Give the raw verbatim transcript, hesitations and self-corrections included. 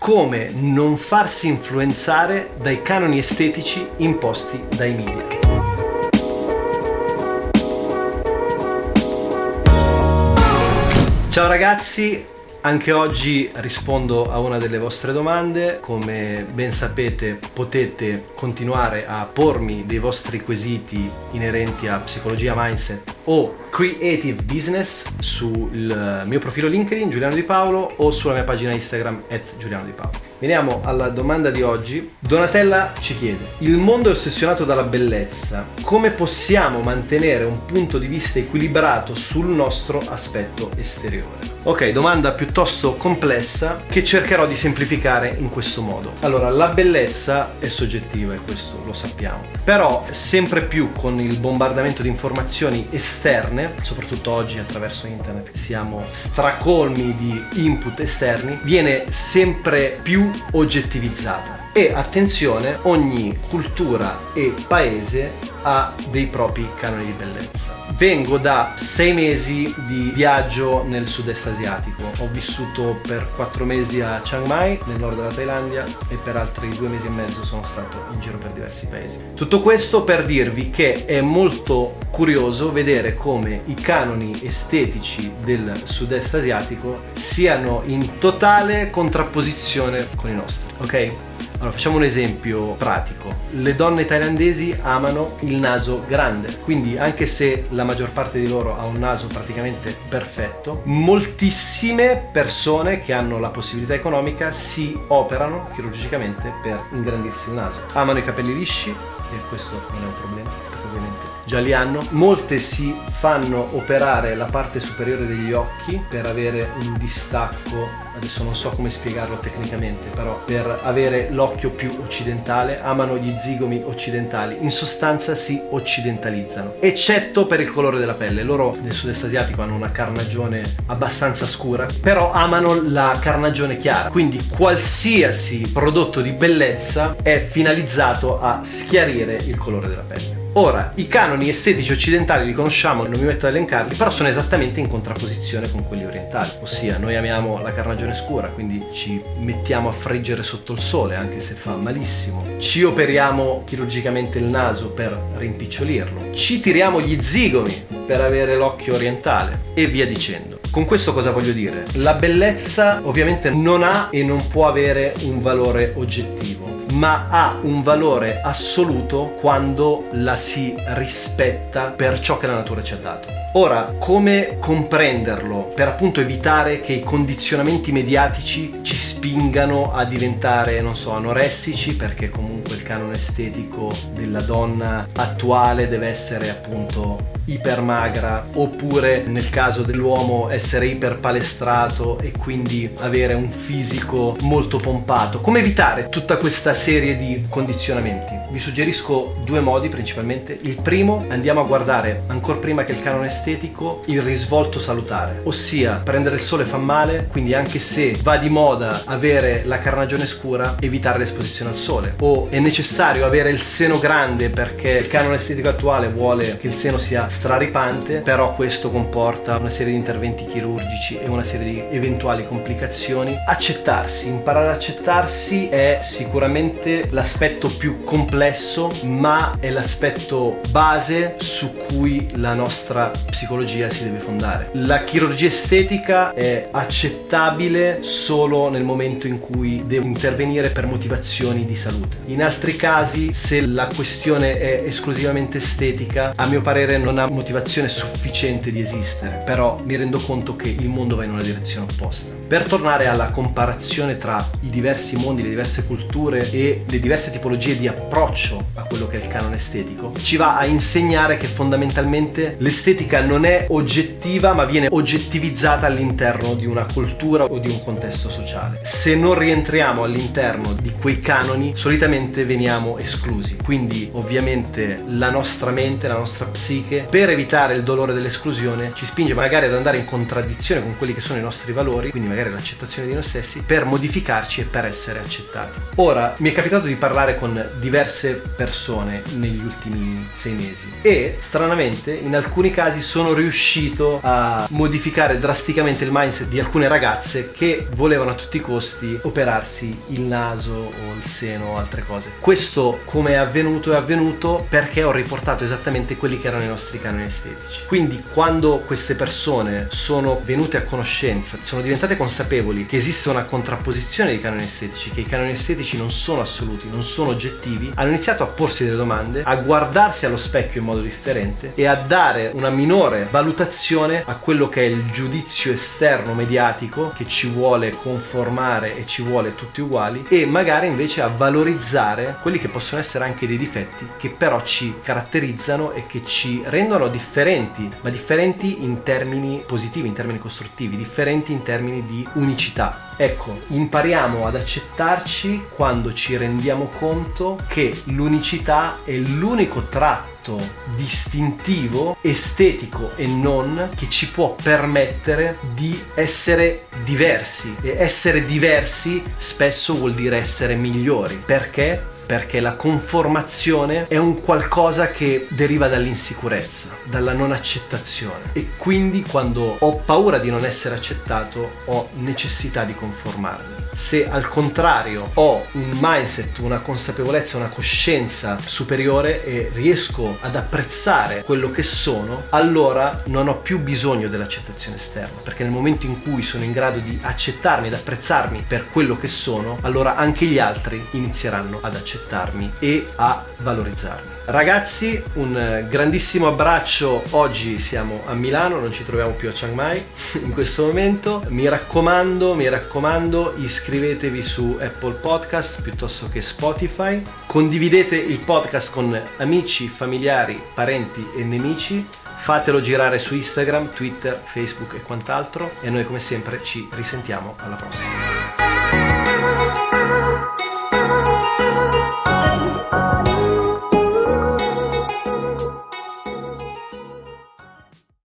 come non farsi influenzare dai canoni estetici imposti dai media. Ciao ragazzi, anche oggi rispondo a una delle vostre domande. Come ben sapete, potete continuare a pormi dei vostri quesiti inerenti a psicologia, mindset o creative business sul mio profilo LinkedIn Giuliano Di Paolo o sulla mia pagina Instagram at Giuliano Di Paolo. Veniamo alla domanda di oggi. Donatella ci chiede: il mondo è ossessionato dalla bellezza, come possiamo mantenere un punto di vista equilibrato sul nostro aspetto esteriore? Ok, domanda piuttosto complessa che cercherò di semplificare in questo modo. Allora, la bellezza è soggettiva e questo lo sappiamo, però sempre più con il bombardamento di informazioni esterne, soprattutto oggi attraverso internet siamo stracolmi di input esterni, viene sempre più oggettivizzata. E attenzione, ogni cultura e paese ha dei propri canoni di bellezza. Vengo da sei mesi di viaggio nel sud-est asiatico. Ho vissuto per quattro mesi a Chiang Mai, nel nord della Thailandia, e per altri due mesi e mezzo sono stato in giro per diversi paesi. Tutto questo per dirvi che è molto curioso vedere come i canoni estetici del sud-est asiatico siano in totale contrapposizione con i nostri, ok? Allora, facciamo un esempio pratico. Le donne thailandesi amano il naso grande, quindi anche se la maggior parte di loro ha un naso praticamente perfetto, moltissime persone che hanno la possibilità economica si operano chirurgicamente per ingrandirsi il naso. Amano i capelli lisci e questo non è un problema, perché ovviamente già li hanno. Molte si fanno operare la parte superiore degli occhi per avere un distacco, adesso non so come spiegarlo tecnicamente, però per avere l'occhio più occidentale. Amano gli zigomi occidentali, in sostanza si occidentalizzano, eccetto per il colore della pelle. Loro nel sud-est asiatico hanno una carnagione abbastanza scura, però amano la carnagione chiara, quindi qualsiasi prodotto di bellezza è finalizzato a schiarire il colore della pelle. Ora, i canoni estetici occidentali li conosciamo, non mi metto ad elencarli, però sono esattamente in contrapposizione con quelli orientali, ossia noi amiamo la carnagione scura, quindi ci mettiamo a friggere sotto il sole anche se fa malissimo, ci operiamo chirurgicamente il naso per rimpicciolirlo, ci tiriamo gli zigomi per avere l'occhio orientale e via dicendo. Con questo cosa voglio dire? La bellezza ovviamente non ha e non può avere un valore oggettivo, ma ha un valore assoluto quando la si rispetta per ciò che la natura ci ha dato. Ora, come comprenderlo per appunto evitare che i condizionamenti mediatici ci spingano a diventare, non so, anoressici, perché comunque il canone estetico della donna attuale deve essere appunto ipermagra, oppure nel caso dell'uomo essere iperpalestrato e quindi avere un fisico molto pompato. Come evitare tutta questa serie di condizionamenti? Vi suggerisco due modi principalmente. Il primo, andiamo a guardare ancora prima che il canone estetico il risvolto salutare, ossia prendere il sole fa male, quindi anche se va di moda avere la carnagione scura, evitare l'esposizione al sole. O è necessario avere il seno grande perché il canone estetico attuale vuole che il seno sia straripante, però questo comporta una serie di interventi chirurgici e una serie di eventuali complicazioni. Accettarsi, imparare ad accettarsi è sicuramente l'aspetto più complesso, ma è l'aspetto base su cui la nostra psicologia si deve fondare. La chirurgia estetica è accettabile solo nel momento in cui deve intervenire per motivazioni di salute. In altri casi, se la questione è esclusivamente estetica, a mio parere non ha motivazione sufficiente di esistere, però mi rendo conto che il mondo va in una direzione opposta. Per tornare alla comparazione tra i diversi mondi, le diverse culture e le diverse tipologie di approccio a quello che è il canone estetico, ci va a insegnare che fondamentalmente l'estetica non è oggettiva, ma viene oggettivizzata all'interno di una cultura o di un contesto sociale. Se non rientriamo all'interno di quei canoni, solitamente veniamo esclusi. Quindi ovviamente la nostra mente, la nostra psiche, per evitare il dolore dell'esclusione, ci spinge magari ad andare in contraddizione con quelli che sono i nostri valori, quindi magari magari l'accettazione di noi stessi, per modificarci e per essere accettati. Ora, mi è capitato di parlare con diverse persone negli ultimi sei mesi e stranamente in alcuni casi sono riuscito a modificare drasticamente il mindset di alcune ragazze che volevano a tutti i costi operarsi il naso o il seno o altre cose. Questo, come è avvenuto, è avvenuto perché ho riportato esattamente quelli che erano i nostri canoni estetici. Quindi quando queste persone sono venute a conoscenza, sono diventate consapevoli che esiste una contrapposizione di canoni estetici, che i canoni estetici non sono assoluti, non sono oggettivi, hanno iniziato a porsi delle domande, a guardarsi allo specchio in modo differente e a dare una minore valutazione a quello che è il giudizio esterno mediatico che ci vuole conformare e ci vuole tutti uguali, e magari invece a valorizzare quelli che possono essere anche dei difetti che però ci caratterizzano e che ci rendono differenti, ma differenti in termini positivi, in termini costruttivi, differenti in termini di unicità. Ecco, impariamo ad accettarci quando ci rendiamo conto che l'unicità è l'unico tratto distintivo, estetico e non, che ci può permettere di essere diversi, e essere diversi spesso vuol dire essere migliori. Perché? Perché la conformazione è un qualcosa che deriva dall'insicurezza, dalla non accettazione, e quindi quando ho paura di non essere accettato ho necessità di conformarmi. Se al contrario ho un mindset, una consapevolezza, una coscienza superiore e riesco ad apprezzare quello che sono, allora non ho più bisogno dell'accettazione esterna, perché nel momento in cui sono in grado di accettarmi ed apprezzarmi per quello che sono, allora anche gli altri inizieranno ad accettarmi e a valorizzarmi. Ragazzi, un grandissimo abbraccio. Oggi siamo a Milano, non ci troviamo più a Chiang Mai in questo momento. Mi raccomando, mi raccomando, iscrivetevi su Apple Podcast piuttosto che Spotify. Condividete il podcast con amici, familiari, parenti e nemici. Fatelo girare su Instagram, Twitter, Facebook e quant'altro. E noi come sempre ci risentiamo alla prossima.